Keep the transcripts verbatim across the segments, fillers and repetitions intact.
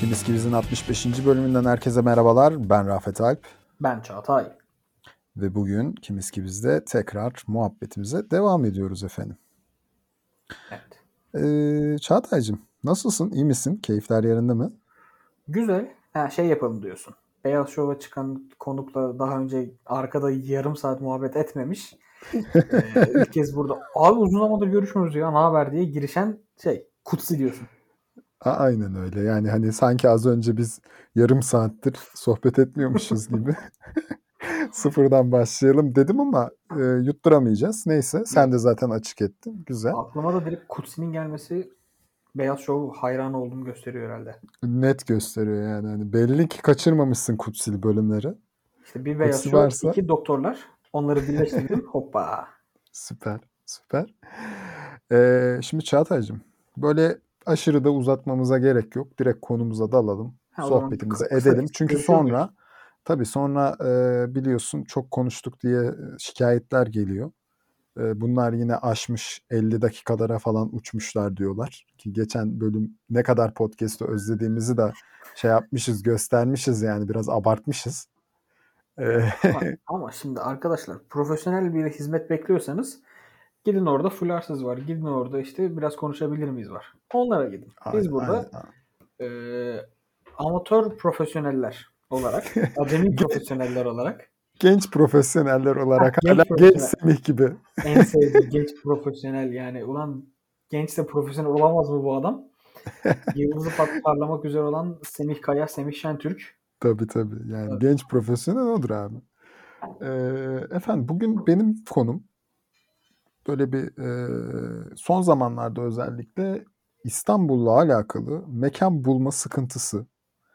Kimiskimiz'in altmış beşinci bölümünden herkese merhabalar. Ben Rafet Alp. Ben Çağatay. Ve bugün Kimiskimiz'de tekrar muhabbetimize devam ediyoruz efendim. Evet. Ee, Çağatay'cığım nasılsın? İyi misin? Keyifler yerinde mi? Güzel. Ha, şey yapalım diyorsun. Beyaz Şov'a çıkan konukla daha önce arkada yarım saat muhabbet etmemiş. ee, ilk kez burada abi uzun zamandır görüşmüyoruz ya ne haber diye girişen şey Kutsi diyorsun. A- aynen öyle. Yani hani sanki az önce biz yarım saattir sohbet etmiyormuşuz gibi. Sıfırdan başlayalım dedim ama e, yutturamayacağız. Neyse sen de zaten açık ettin. Güzel. Aklıma da direkt Kutsi'nin gelmesi Beyaz Şov hayranı olduğumu gösteriyor herhalde. Net gösteriyor yani. Hani belli ki kaçırmamışsın Kutsili bölümleri. İşte bir Beyaz Kutsi Şov, varsa iki doktorlar. Onları birleştirdim. Hoppa. süper, süper. Ee, şimdi Çağatay'cığım, böyle aşırı da uzatmamıza gerek yok. Direkt konumuza dalalım, Ha, o zaman sohbetimizi kı- kısa edelim. kısa Çünkü görüşüyor muyuz? sonra, tabii sonra e, biliyorsun çok konuştuk diye şikayetler geliyor. E, bunlar yine aşmış elli dakikalara falan uçmuşlar diyorlar. Ki geçen bölüm ne kadar podcast'ı özlediğimizi de şey yapmışız, göstermişiz yani biraz abartmışız. E, Ama, ama şimdi arkadaşlar profesyonel bir hizmet bekliyorsanız gidin orada fularsız var. Gidin orada işte biraz konuşabilir miyiz var. Onlara gidin. Biz aynen, aynen. burada e, amatör profesyoneller olarak, acemi profesyoneller olarak Genç profesyoneller heh, olarak hala genç genç profesyonel. Semih gibi. En sevdiğim genç profesyonel yani. Ulan genç de profesyonel olamaz mı bu adam? Yıldızı pat- parlamak üzere olan Semih Kaya, Semih Şentürk. Tabii tabii. Yani genç profesyonel odur abi. Ee, efendim bugün benim konum böyle bir e, son zamanlarda özellikle İstanbul'la alakalı mekan bulma sıkıntısı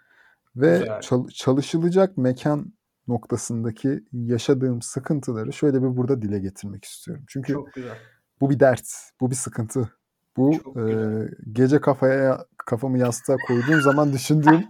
ve Güzel. çal- çalışılacak mekan noktasındaki yaşadığım sıkıntıları şöyle bir burada dile getirmek istiyorum. Çünkü Çok güzel. bu bir dert, bu bir sıkıntı. Bu e, Çok güzel. gece kafaya kafamı yastığa koyduğum zaman düşündüğüm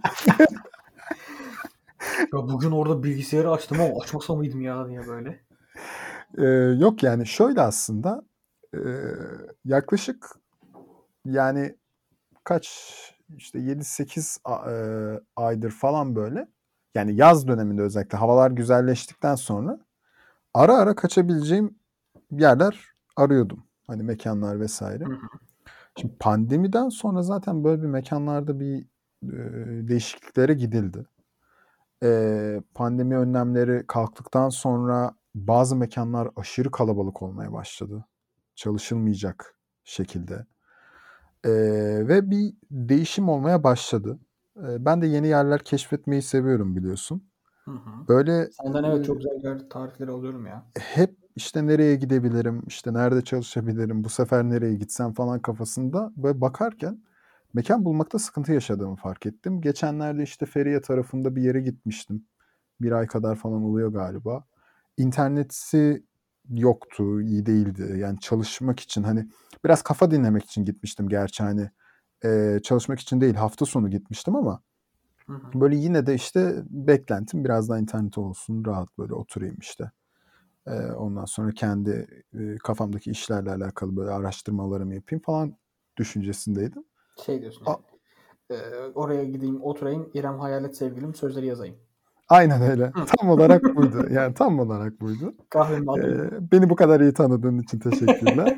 Ya bugün orada bilgisayarı açtım ama açmasa mıydım ya diye böyle. e, yok yani şöyle aslında e, yaklaşık yani kaç işte yedi sekiz a- e, aydır falan böyle yani yaz döneminde özellikle havalar güzelleştikten sonra ara ara kaçabileceğim yerler arıyordum. Hani mekanlar vesaire. Hı hı. Şimdi pandemiden sonra zaten böyle bir mekanlarda bir e, değişikliklere gidildi. E, pandemi önlemleri kalktıktan sonra bazı mekanlar aşırı kalabalık olmaya başladı. Çalışılmayacak şekilde. E, ve bir değişim olmaya başladı. E, ben de yeni yerler keşfetmeyi seviyorum biliyorsun. Hı hı. Böyle Senden e, evet çok güzel yer tarifleri alıyorum ya. hep işte nereye gidebilirim, işte nerede çalışabilirim, bu sefer nereye gitsem falan kafasında böyle bakarken mekan bulmakta sıkıntı yaşadığımı fark ettim. Geçenlerde işte Feriye tarafında bir yere gitmiştim. Bir ay kadar falan oluyor galiba. İnterneti yoktu, iyi değildi. Yani çalışmak için hani biraz kafa dinlemek için gitmiştim gerçi hani e, çalışmak için değil hafta sonu gitmiştim ama Hı hı. böyle yine de işte beklentim biraz daha internet olsun, rahat böyle oturayım işte. Ee, ondan sonra kendi e, kafamdaki işlerle alakalı böyle araştırmalarımı yapayım falan düşüncesindeydim. Şey diyorsun A- yani. e, oraya gideyim, oturayım, İrem Hayalet sevgilim sözleri yazayım. Aynen öyle. Hı. Tam olarak buydu. Yani tam olarak buydu. Kahvemi alayım. Ee, beni bu kadar iyi tanıdığın için teşekkürler.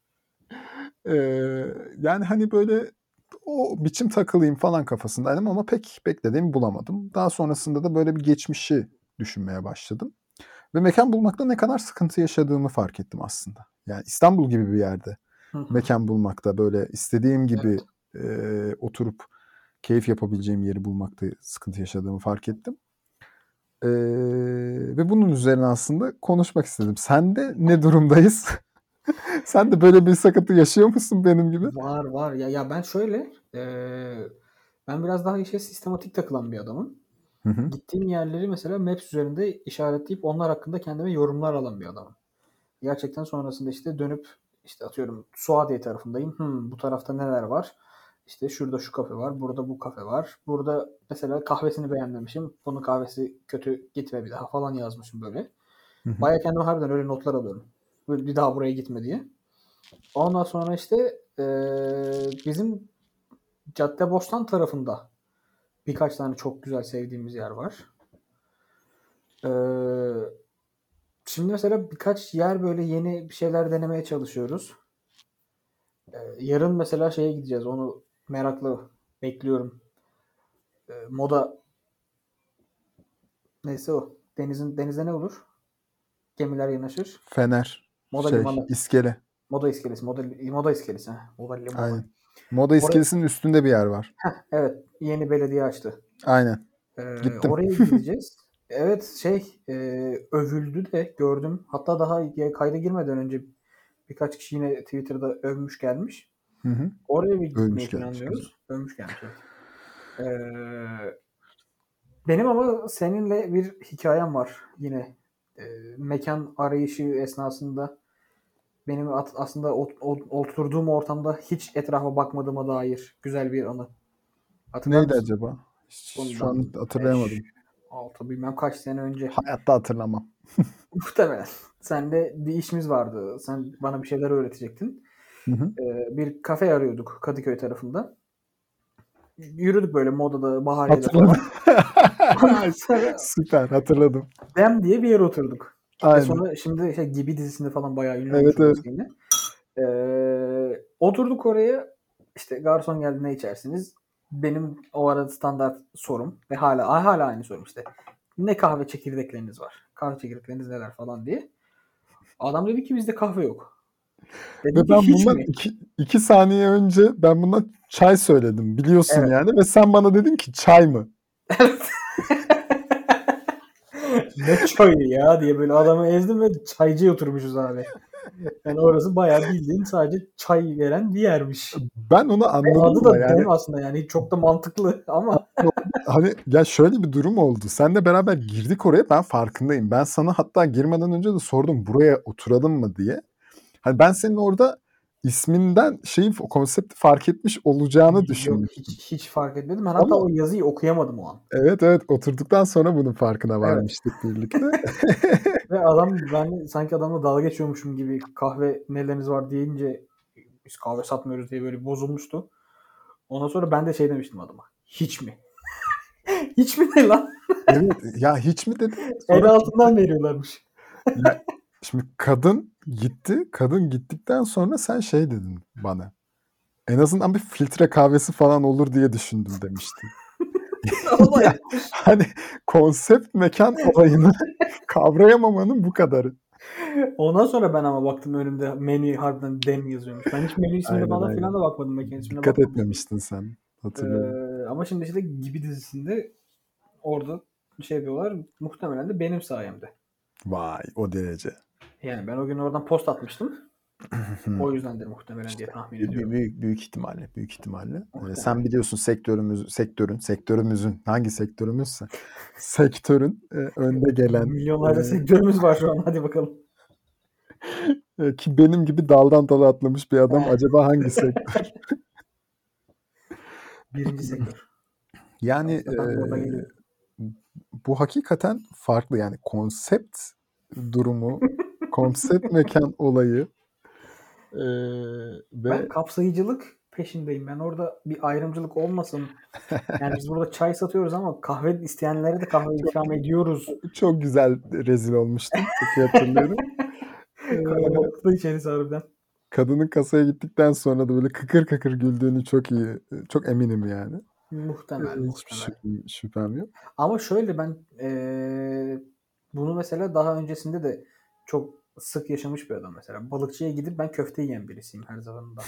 Ee, yani hani böyle o biçim takılayım falan kafasındaydım ama pek beklediğimi bulamadım. Daha sonrasında da böyle bir geçmişi düşünmeye başladım. Ve mekan bulmakta ne kadar sıkıntı yaşadığımı fark ettim aslında. Yani İstanbul gibi bir yerde Hı hı. mekan bulmakta böyle istediğim gibi Evet. e, oturup keyif yapabileceğim yeri bulmakta sıkıntı yaşadığımı fark ettim. E, ve bunun üzerine aslında konuşmak istedim. Sen de ne durumdayız? Sen de böyle bir sıkıntı yaşıyor musun benim gibi? Var var. Ya ya ben şöyle e, ben biraz daha işe sistematik takılan bir adamım. Hı hı. Gittiğim yerleri mesela Maps üzerinde işaretleyip onlar hakkında kendime yorumlar alan bir adamım. Gerçekten sonrasında işte dönüp işte atıyorum Suadiye tarafındayım. Hmm, bu tarafta neler var? İşte şurada şu kafe var. Burada bu kafe var. Burada mesela kahvesini beğenmemişim. Bunun kahvesi kötü gitme bir daha falan yazmışım böyle. Hı hı. Baya kendime harbiden öyle notlar alıyorum. Böyle bir daha buraya gitme diye. Ondan sonra işte eee, bizim Caddebostan tarafında birkaç tane çok güzel sevdiğimiz yer var. Ee, şimdi mesela birkaç yer böyle yeni bir şeyler denemeye çalışıyoruz. Ee, yarın mesela şeye gideceğiz. Onu merakla bekliyorum. Ee, moda neyse o. Denizin denizde ne olur? Gemiler yanaşır. Fener. Moda Şey, limanı. iskele. Moda iskelesi. Moda, moda iskelesi. Ha. Moda limanı. Aynen. Moda Oraya, iskelesinin üstünde bir yer var. evet. Yeni belediye açtı. Aynen. Ee, Gittim. oraya gideceğiz. Evet şey e, övüldü de gördüm. Hatta daha ya- kayda girmeden önce birkaç kişi yine Twitter'da övmüş gelmiş. Hı hı. Oraya bir gitmeyi Ölmüş gelmiş güzel. planlıyoruz. Övmüş gelmiş evet. Ee, benim ama seninle bir hikayem var yine. Ee, mekan arayışı esnasında benim at- aslında ot- ot- oturduğum ortamda hiç etrafa bakmadığıma dair güzel bir anı. Hatırlar Neydi mısın? acaba? Hiç, şu Bundan an beş hatırlayamadım. altı bilmem kaç sene önce. Hayatta hatırlamam. Muhtemelen. Sende bir işimiz vardı. Sen bana bir şeyler öğretecektin. Hı hı. Ee, bir kafe arıyorduk Kadıköy tarafında. Yürüdük böyle modada, bahaneyle Hatırladım. falan. Ondan sonra Süper, hatırladım. Dem diye bir yere oturduk. Ve Aynen. sonra şimdi şey, Gibi dizisinde falan bayağı ünlü olmuş Evet, evet. orası yine. Ee, oturduk oraya. İşte garson geldi, ne içersiniz? Benim o arada standart sorum ve hala hala aynı sorum işte. Ne kahve çekirdekleriniz var? Kahve çekirdekleriniz neler falan diye. Adam dedi ki bizde kahve yok. Dedim Ve ki ben hiç bundan mi? iki, iki saniye önce ben bundan çay söyledim. Biliyorsun Evet. yani. Ve sen bana dedin ki çay mı? Ne çayı ya diye böyle adamı ezdim ve çaycıya oturmuşuz abi. Yani orası bayağı bildiğin sadece çay veren bir yermiş. Ben onu Ve anladım adı ama da yani Dem aslında, yani çok da mantıklı ama hani ya şöyle bir durum oldu. Seninle beraber girdik oraya, ben farkındayım. Ben sana hatta girmeden önce de sordum buraya oturalım mı diye. Hani ben senin orada isminden şeyin konsepti fark etmiş olacağını yok, düşünmüştüm. hiç hiç fark etmedim. Ben hatta Ama o yazıyı okuyamadım o an. evet, evet, oturduktan sonra bunun farkına Evet. varmıştık birlikte. Ve adam, ben sanki adamla dalga geçiyormuşum gibi kahve neleriniz var deyince biz kahve satmıyoruz diye böyle bozulmuştu. Ondan sonra ben de şey demiştim adama. Hiç mi? Hiç mi ne lan? Evet ya, hiç mi dedim. El Sonra altından veriyorlarmış. ya, şimdi kadın gitti. Kadın gittikten sonra sen şey dedin bana. En azından bir filtre kahvesi falan olur diye düşündüm demiştin. O da Ya, yapmış. hani konsept mekan olayını kavrayamamanın bu kadarı. Ondan sonra ben ama baktım önümde menü harbiden Dem yazıyormuş. Ben hiç menü ismine Aynen, falan aynen. filan da bakmadım. Mekan ismine Dikkat bakmamıştım. etmemiştin sen. Ee, Hatırladım. ama şimdi işte Gibi dizisinde orada şey yapıyorlar. Muhtemelen de benim sayemde. Vay, o derece. Yani ben o gün oradan post atmıştım. O yüzdendir muhtemelen diye İşte tahmin büyük, ediyorum. büyük, büyük ihtimalle, büyük ihtimalle. Ee, sen Muhtemelen. biliyorsun sektörümüz, sektörün, sektörümüzün, hangi sektörümüzse, sektörün e, önde gelen Milyonlarca sektörümüz var şu an. Hadi bakalım. e, ki benim gibi daldan dala atlamış bir adam acaba hangi sektör? Birinci sektör. Yani Aslında e, tam da oradan geliyor. bu hakikaten farklı yani konsept durumu, konsept mekan olayı e, Ben ve kapsayıcılık peşindeyim. Ben orada bir ayrımcılık olmasın. Yani biz burada çay satıyoruz ama kahve isteyenlere de kahve çok ikram ediyoruz. çok güzel rezil olmuştun. Çok iyi hatırlıyorum. E, Kalabalıklı içerisi harbiden. kadının kasaya gittikten sonra da böyle kıkır kıkır güldüğünü çok iyi, çok eminim yani. E, Muhtemel, hiçbir muhtemel. şüphem, şüphem yok. Ama şöyle ben eee, bunu mesela daha öncesinde de çok sık yaşamış bir adam mesela. Balıkçıya gidip ben köfte yiyen birisiyim her zaman da.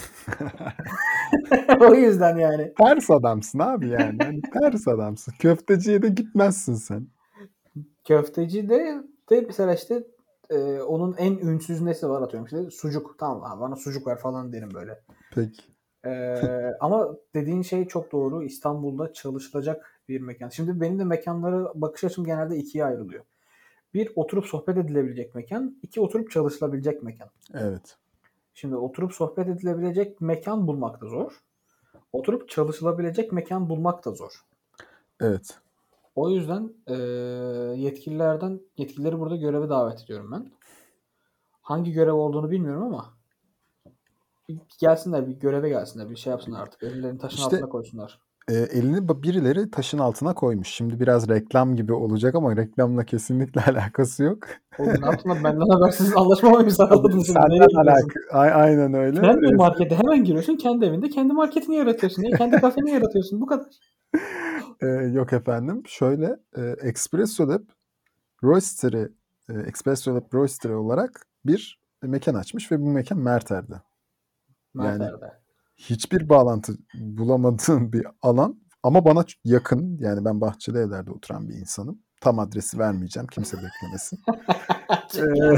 O yüzden yani. Ters adamsın abi yani. Hani ters adamsın. Köfteciye de gitmezsin sen. Köfteci de, de mesela işte eee, onun en ünsüz nesi var atıyorum işte sucuk. Tamam abi bana sucuk ver falan derim böyle. Peki. Eee, ama dediğin şey çok doğru. İstanbul'da çalışılacak bir mekan. Şimdi benim de mekanlara bakış açım genelde ikiye ayrılıyor. Bir, oturup sohbet edilebilecek mekan. İki, oturup çalışılabilecek mekan. Evet. Şimdi oturup sohbet edilebilecek mekan bulmak da zor. Oturup çalışılabilecek mekan bulmak da zor. Evet. O yüzden eee, yetkililerden yetkilileri burada göreve davet ediyorum ben. Hangi görev olduğunu bilmiyorum ama bir gelsinler, bir göreve gelsinler, bir şey yapsınlar artık. Ellerini taşın İşte altına koysunlar. e, elini birileri taşın altına koymuş. Şimdi biraz reklam gibi olacak ama reklamla kesinlikle alakası yok. Oğlum ne yaptın lan? Benden habersiz anlaşma mı imzaladın şimdi? Nereye Senden gidiyorsun? alaka. A- aynen öyle. Sen bir E, markete hemen giriyorsun. Kendi evinde kendi marketini yaratıyorsun. Ya. Kendi kafeni yaratıyorsun. Bu kadar. e, yok efendim. Şöyle e, Espresso Lab Roastery e, Espresso Lab Roastery olarak bir mekan açmış ve bu mekan Merter'de. Mert Yani Erde. hiçbir bağlantı bulamadığım bir alan ama bana yakın. Yani ben Bahçeli Evler'de oturan bir insanım. Tam adresi vermeyeceğim. Kimse beklemesin. Ee,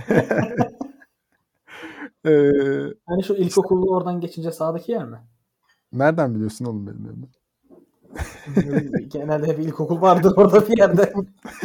ee, Hani şu işte ilkokullu oradan geçince sağdaki yer mi? nereden biliyorsun oğlum benim evimi? Ne bileyim, genelde hep ilkokul vardır orada bir yerde.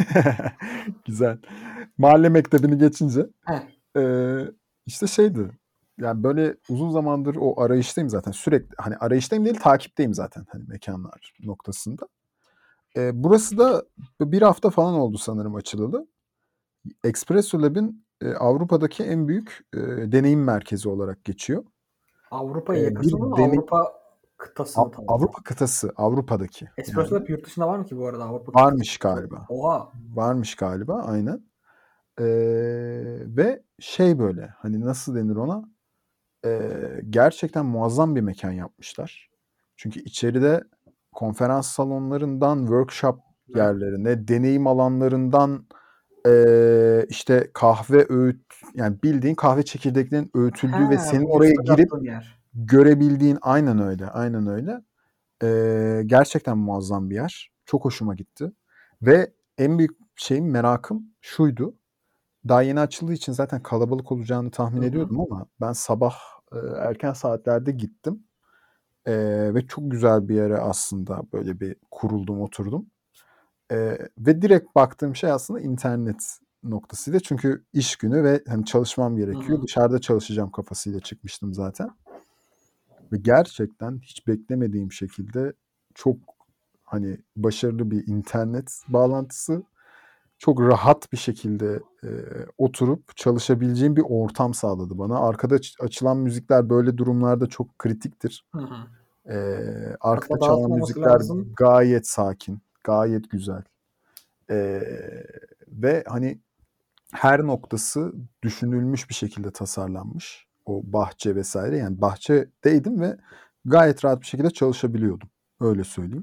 Güzel. Mahalle mektebini geçince Heh. ee, işte şeydi. Yani böyle uzun zamandır o arayıştayım zaten. Sürekli hani arayıştayım değil takipteyim zaten hani mekanlar noktasında. Ee, burası da bir hafta falan oldu sanırım açılalı. Espresso Lab'in e, Avrupa'daki en büyük e, deneyim merkezi olarak geçiyor. E, Avrupa bir yakası mı? deney Avrupa kıtası mı Av- tam olarak? Avrupa kıtası, Avrupa'daki Espresso yani Lab yurt dışında var mı ki bu arada Avrupa kıtası? varmış galiba. Oha. Varmış galiba aynen. E, ve şey böyle hani nasıl denir ona? E, gerçekten muazzam bir mekan yapmışlar. Çünkü içeride konferans salonlarından workshop Hı. yerlerine, deneyim alanlarından Eee, işte kahve öğüt yani bildiğin kahve çekirdeklerinin öğütüldüğü ve Ha, senin bugün oraya staj girip attığın yer. görebildiğin aynen öyle, aynen öyle. Eee, gerçekten muazzam bir yer. Çok hoşuma gitti. Ve en büyük şeyim, merakım şuydu. Daha yeni açıldığı için zaten kalabalık olacağını tahmin Hı hı. ediyordum ama ben sabah eee, erken saatlerde gittim. Eee, ve çok güzel bir yere aslında böyle bir kuruldum, oturdum. Eee, ve direkt baktığım şey aslında internet noktasıydı. Çünkü iş günü ve hani çalışmam Hı gerekiyor. hı. Dışarıda çalışacağım kafasıyla çıkmıştım zaten. Ve gerçekten hiç beklemediğim şekilde çok hani başarılı bir internet bağlantısı, çok rahat bir şekilde e, oturup çalışabileceğim bir ortam sağladı bana. Arkada aç- açılan müzikler böyle durumlarda çok kritiktir. Hı hı. E, arkada Kafa çalan dağıtmaması müzikler lazım. gayet sakin, gayet güzel. Eee, ve hani her noktası düşünülmüş bir şekilde tasarlanmış. O bahçe vesaire. Yani bahçedeydim ve gayet rahat bir şekilde çalışabiliyordum. Öyle söyleyeyim.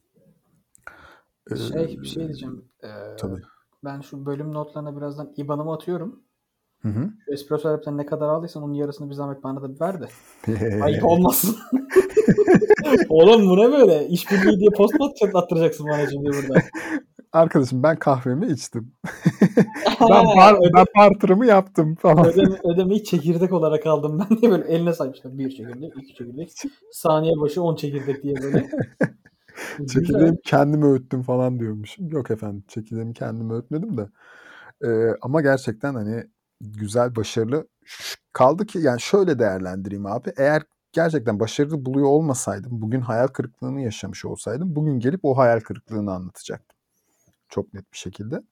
Eee, Şey bir şey diyeceğim. Ee, tabii. ben şu bölüm notlarına birazdan I B A N'ımı atıyorum. Hı hı. Şu Espresso Lab'den ne kadar aldıysan onun yarısını bir zahmet bana da bir ver de. Ayıp olmasın. Oğlum bu ne böyle? İşbirliği diye post mu atacak- attıracaksın bana şimdi burada? Arkadaşım ben kahvemi içtim. ben bar Öde, ben barter'ımı yaptım falan. ödeme, ödemeyi çekirdek olarak aldım ben diye böyle eline saymışlar. Bir çekirdek, iki çekirdek, saniye başı on çekirdek diye böyle. Güzel. Çekirdeğimi kendim öğüttüm falan diyormuşum. Yok efendim, çekirdeğimi kendim öğütmedim de. Ee, ama gerçekten hani güzel, başarılı. Ş- Kaldı ki yani şöyle değerlendireyim abi. Eğer gerçekten başarılı buluyor olmasaydım, bugün hayal kırıklığını yaşamış olsaydım, bugün gelip o hayal kırıklığını anlatacaktım. Çok net bir şekilde.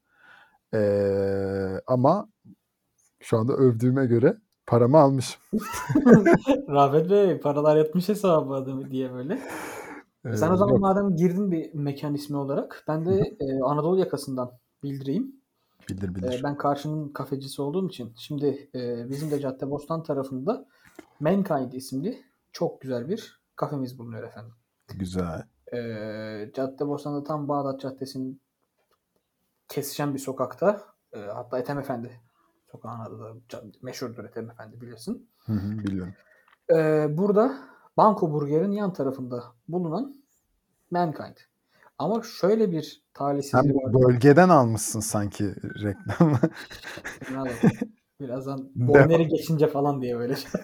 Ee, ama şu anda övdüğüme göre paramı almışım. Rafet Bey paralar yatmış hesabı adamı diye böyle. Ee, E sen o zaman yok. madem girdin bir mekan ismi olarak ben Hı hı. de e, Anadolu yakasından bildireyim. Bilir E, bilir. ben karşının kafecisi olduğum için şimdi e, bizim de Caddebostan tarafında Mankind isimli çok güzel bir kafemiz bulunuyor efendim. Güzel. E, Caddebostan'da tam Bağdat Caddesi'nin kesişen bir sokakta e, hatta Ethem Efendi sokağın adı da meşhurdur Ethem Efendi bilirsin. Hı hı, biliyorum. E, burada Banko Burger'in yan tarafında bulunan Mankind. Ama şöyle bir Sen talihsizliği var. bölgeden almışsın sanki reklamı. Fena da birazdan Boyner'i Devam. geçince falan diye böyle şey.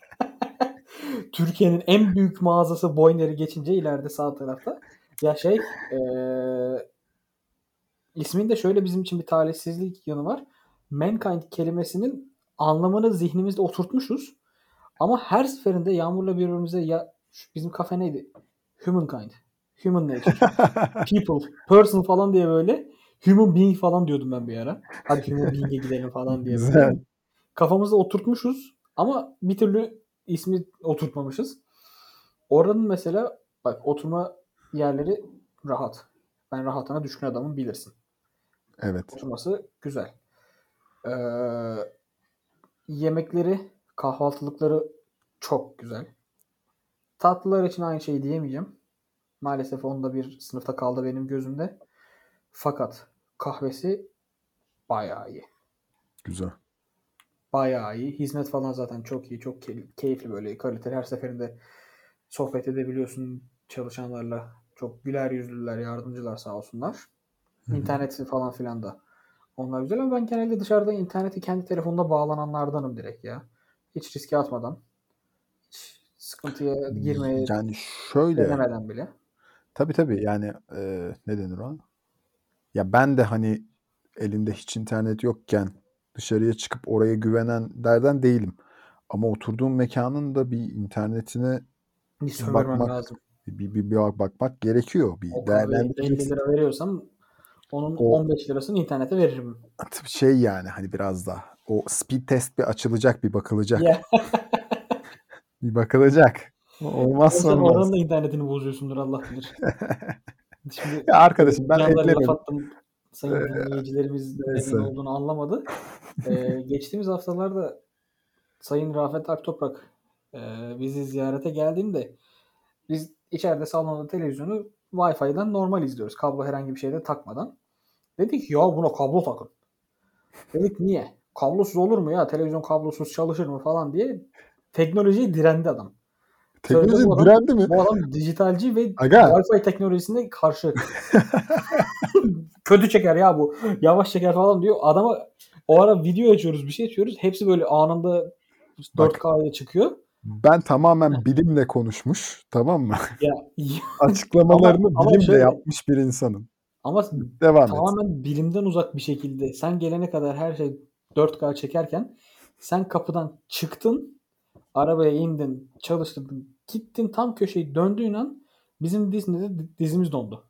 Türkiye'nin en büyük mağazası Boyner'i geçince ileride sağ tarafta. Ya şey eee isminde şöyle bizim için bir talihsizlik yanı var. Mankind kelimesinin anlamını zihnimizde oturtmuşuz. Ama her seferinde Yağmur'la birbirimize ya bizim kafe neydi? Humankind. Human nature. People. Person falan diye böyle human being falan diyordum ben bir ara. Hadi human being'e gidelim falan diye böyle. Güzel. Kafamızda oturtmuşuz ama bir türlü ismi oturtmamışız. Oranın mesela bak oturma yerleri rahat. Ben rahatına düşkün adamım, bilirsin. Evet. Oturması güzel. Ee, yemekleri, kahvaltılıkları çok güzel. Tatlılar için aynı şeyi diyemeyeceğim. Maalesef onda bir sınıfta kaldı benim gözümde. Fakat kahvesi bayağı iyi. Güzel. Bayağı iyi. Hizmet falan zaten çok iyi. Çok keyifli, böyle kaliteli. Her seferinde sohbet edebiliyorsun çalışanlarla. Çok güler yüzlüler, yardımcılar sağ olsunlar. Hı hı. İnterneti falan filan da. Onlar güzel ama ben genelde dışarıda interneti kendi telefonuna bağlananlardanım direkt ya. Hiç riske atmadan. Hiç sıkıntıya girmeye Yani şöyle. denemeden bile. Tabii tabii yani e, ne denir o? Ya ben de hani elinde hiç internet yokken dışarıya çıkıp oraya güvenenlerden değilim. Ama oturduğum mekanın da bir internetine Bir sömürmem bakmak, lazım. bir, bir, bir bakmak gerekiyor. O Bir kahveye elli değerlendireceksin. lira veriyorsam onun O on beş lirasını internete veririm. şey yani hani biraz da o speed test bir açılacak, bir bakılacak. Ya Bir bakılacak. O ama olmazsa sen olmaz. oranın da internetini bozuyorsundur, Allah bilir. Şimdi Ya arkadaşım ben canlara laf ellemedim. attım. Ee, Sayın dinleyicilerimiz neden neyse. olduğunu anlamadı. Ee, geçtiğimiz haftalarda Sayın Rafet Aktoprak e, bizi ziyarete geldiğinde biz içeride salonda televizyonu Wi-Fi'den normal izliyoruz. Kablo herhangi bir şeyde takmadan. Dedik ya buna kablo takın. Dedik niye? Kablosuz olur mu ya? Televizyon kablosuz çalışır mı falan diye teknolojiye direndi adam. Sözde bu Teknoloji adam direndi mi? bu adam dijitalci ve Aga. Wi-Fi teknolojisine karşı. Kötü çeker ya bu. Yavaş çeker falan diyor. Adama o ara video açıyoruz, bir şey açıyoruz. Hepsi böyle anında dört Bak K'ya çıkıyor. ben tamamen bilimle konuşmuş, tamam mı? Ya ama Açıklamalarını ama bilimle şöyle, yapmış bir insanım. ama Devam et. tamamen bilimden uzak bir şekilde sen gelene kadar her şey dört K çekerken sen kapıdan çıktın, arabaya indin, çalıştırdın, gittin, tam köşeyi döndüğün an bizim Disney'de dizimiz dondu.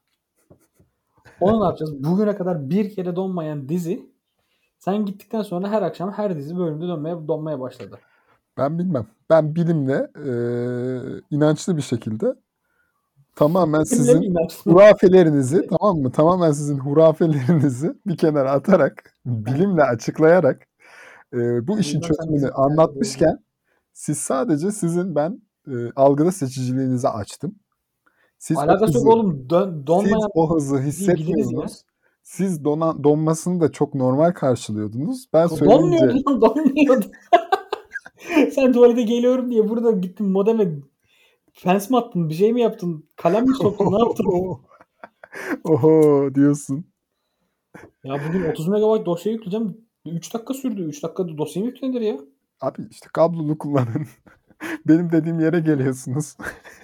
Onu ne yapacağız? Bugüne kadar bir kere donmayan dizi, sen gittikten sonra her akşam her dizi bölümde dönmeye donmaya başladı. Ben bilmem. Ben bilimle e, inançlı bir şekilde tamamen Bilimle mi sizin inançlı? hurafelerinizi, tamam mı? Tamamen sizin hurafelerinizi bir kenara atarak, bilimle açıklayarak e, bu işin Bilmem, sen çözümünü bizim interneti bozdun. anlatmışken siz sadece sizin ben e, algıda seçiciliğinizi açtım. Siz o Alakası yok hızı oğlum. Dön, siz donmayan o hızı diziyi biliriz ya. hissetmiyordunuz. Siz dona, donmasını da çok normal karşılıyordunuz. Ben söyleyince Donmuyordu lan, donmuyordu. Sen tuvalete geliyorum diye burada gittin modeme fens mi attın? Bir şey mi yaptın? Kalem mi soktun? Ne yaptın? oho diyorsun. Ya bugün otuz megabayt dosya yükleyeceğim. üç dakika sürdü. üç dakikada dosya mı yüklenir ya? Abi işte kablolu kullanın. Benim dediğim yere geliyorsunuz.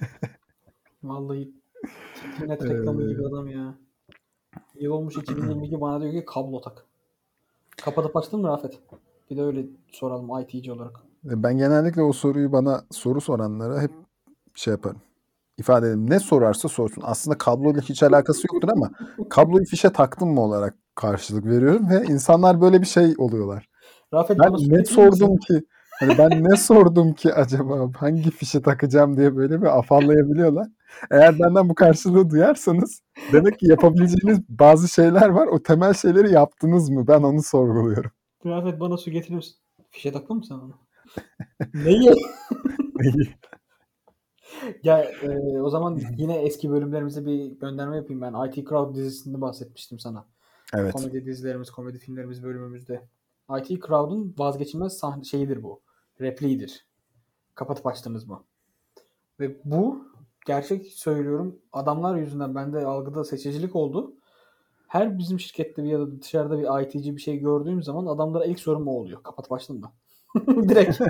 Vallahi Tiklinet reklamı gibi Ee, adam ya. Yıl olmuş iki bin yirmi iki, bana diyor ki kablo tak. Kapatıp açtın mı Rafet? Bir de öyle soralım I T'ci olarak. ben genellikle o soruyu bana soru soranlara hep şey yaparım. İfade ederim. Ne sorarsa sorsun. Aslında kabloyla hiç alakası yoktur ama kabloyu fişe taktın mı olarak karşılık veriyorum ve insanlar böyle bir şey oluyorlar. Rafet, Ben bana su ne getirir misin? sordum ki? Hani ben ne sordum ki acaba? Hangi fişe takacağım diye böyle bir afallayabiliyorlar. Eğer benden bu karşılığı duyarsanız demek ki yapabileceğiniz bazı şeyler var. O temel şeyleri yaptınız mı? Ben onu sorguluyorum. Rafet, bana su getirir misin? Fişe taktın mı sen onu? Neyi? Ya e, o zaman yine eski bölümlerimize bir gönderme yapayım ben. I T Crowd dizisinde bahsetmiştim sana. Evet. Komedi dizilerimiz, komedi filmlerimiz bölümümüzde. I T Crowd'un vazgeçilmez sahne şeyidir bu. Repliğidir. Kapatıp açtınız mı? Ve bu, gerçek söylüyorum, adamlar yüzünden bende algıda seçicilik oldu. Her bizim şirkette bir ya da dışarıda bir I T'ci bir şey gördüğüm zaman adamlara ilk sorum o oluyor. Kapatıp açtın mı? Direkt.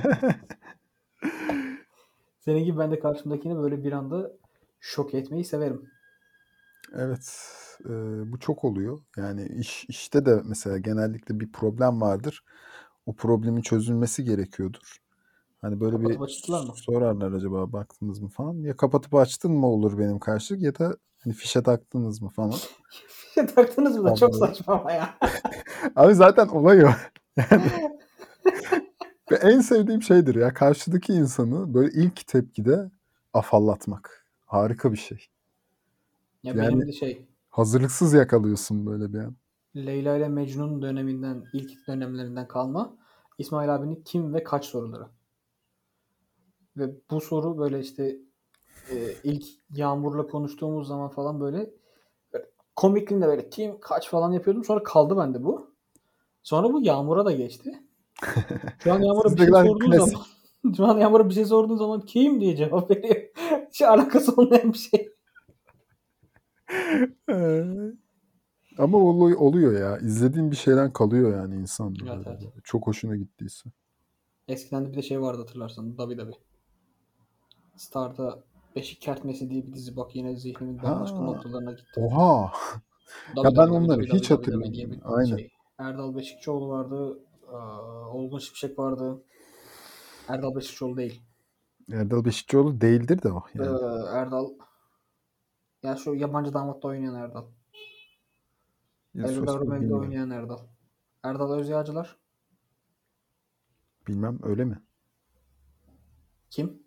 Senin gibi ben de karşımdakini böyle bir anda şok etmeyi severim. Evet. e, bu çok oluyor. Yani iş işte de mesela genellikle bir problem vardır. O problemin çözülmesi gerekiyordur. Hani böyle bir Kapatıp açtılar mı? sorarlar acaba baktınız mı falan. Ya kapatıp açtın mı olur benim karşılık ya da hani fişe taktınız mı falan. Taktınız mı da, çok Kabloyu. saçma ama ya. Abi zaten olay o. Yani ve en sevdiğim şeydir ya karşıdaki insanı böyle ilk tepkide afallatmak. Harika bir şey. Ya benim Yani de şey hazırlıksız yakalıyorsun böyle bir an. Leyla ile Mecnun döneminden, ilk dönemlerinden kalma İsmail abinin kim ve kaç soruları. Ve bu soru böyle işte e, ilk Yağmur'la konuştuğumuz zaman falan böyle, böyle komikliğinde böyle kim kaç falan yapıyordum. Sonra kaldı bende bu. Sonra bu Yağmur'a da geçti. Şu an Yağmur'a bir şey Sizdekiler sorduğun klasik. zaman şu an Yağmur'a bir şey sorduğun zaman kim diye cevap veriyor. Hiç alakası olmayan bir şey. Ee, Ama oluyor, oluyor ya. İzlediğin bir şeyden kalıyor yani insanda Evet, böyle. evet. böyle. Çok hoşuna gittiyse. Eskiden de bir de şey vardı hatırlarsan. Dabi Dabi. Star'da Beşik Kertmesi diye bir dizi, bak yine zihnimin bambaşka Ha, noktalarına gitti. oha. Dabi Ya ben Dabi Dabi onları Dabi Dabi hiç Dabi Dabi diye hatırlamıyorum. bir Aynen. şey. Erdal Beşikçioğlu vardı. Aa, Olgun Şimşek vardı. Erdal Beşikçioğlu değil. Erdal Beşikçioğlu değildir de o Ee, yani. Erdal, ya şu yabancı damatta oynayan Erdal. Ya, Elveda sosyal Rumeli'de bilmiyorum. oynayan Erdal. Erdal Özyağcılar. Bilmem öyle mi? Kim?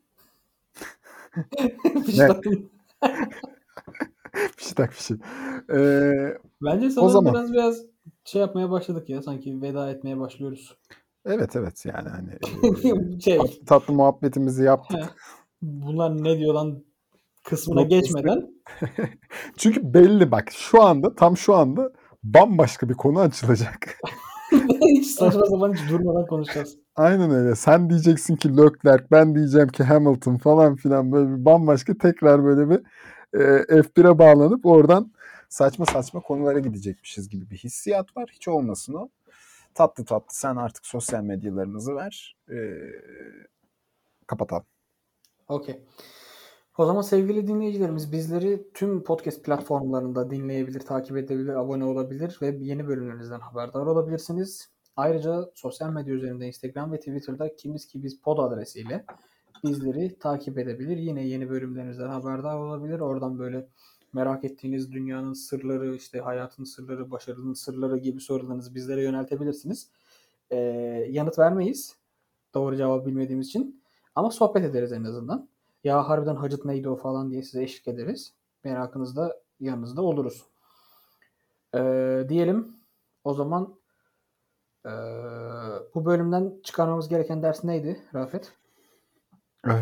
Ne? Fiştaktım. Bir şey tak bir şey. Ee, Bence o sanırım zaman. biraz biraz şey yapmaya başladık ya. Sanki veda etmeye başlıyoruz. Evet evet yani hani e, Şey. tatlı tatlı muhabbetimizi Heh, yaptık. bunlar ne diyor lan kısmına Noktası. geçmeden Çünkü belli bak şu anda tam şu anda bambaşka bir konu açılacak. hiç saçma sapan hiç durmadan konuşacağız. Aynen öyle. Sen diyeceksin ki Leclerc, ben diyeceğim ki Hamilton falan filan böyle bir bambaşka tekrar böyle bir e, F bire bağlanıp oradan saçma saçma konulara gidecekmişiz gibi bir hissiyat var. Hiç olmasın o. Tatlı tatlı sen artık sosyal medyalarınızı ver. E, kapatalım. Okey. O zaman sevgili dinleyicilerimiz bizleri tüm podcast platformlarında dinleyebilir, takip edebilir, abone olabilir ve yeni bölümlerimizden haberdar olabilirsiniz. Ayrıca sosyal medya üzerinde Instagram ve Twitter'da kimiz ki biz pod adresiyle bizleri takip edebilir. Yine yeni bölümlerimizden haberdar olabilir. Oradan böyle merak ettiğiniz dünyanın sırları, işte hayatın sırları, başarının sırları gibi sorularınızı bizlere yöneltebilirsiniz. Ee, yanıt vermeyiz. Doğru cevabı bilmediğimiz için. Ama sohbet ederiz en azından. Ya harbiden Hacıt neydi o falan diye size eşlik ederiz. Merakınızda yanınızda oluruz. Ee, diyelim o zaman ee, bu bölümden çıkarmamız gereken ders neydi Rafet? Ee,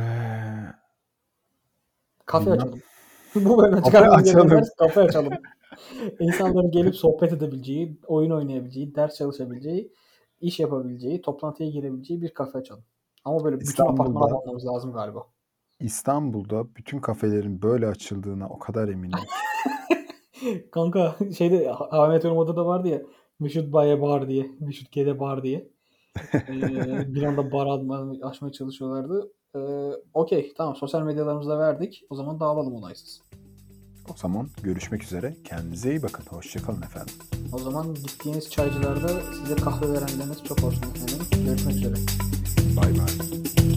Kafe bilmem. açalım. Bu bölümden Kafe çıkarmamız gereken açalım. ders kafe açalım. İnsanların gelip sohbet edebileceği, oyun oynayabileceği, ders çalışabileceği, iş yapabileceği, toplantıya girebileceği bir kafe açalım. Ama böyle bütün apartmana İstanbul'da bakmamız lazım galiba. İstanbul'da bütün kafelerin böyle açıldığına o kadar eminim ki. Kanka şeyde Ahmet Yoruma'da da vardı ya, We should buy a bar diye. We should get a bar diye. Ee, bir anda bar alma- açmaya çalışıyorlardı. Ee, Okey tamam, sosyal medyalarımızda verdik. O zaman dağılalım olaysız. O zaman görüşmek üzere. Kendinize iyi bakın. Hoşçakalın efendim. O zaman gittiğiniz çaycılarda size kahve verenleriniz çok olsun efendim. Görüşmek üzere. Bay bay.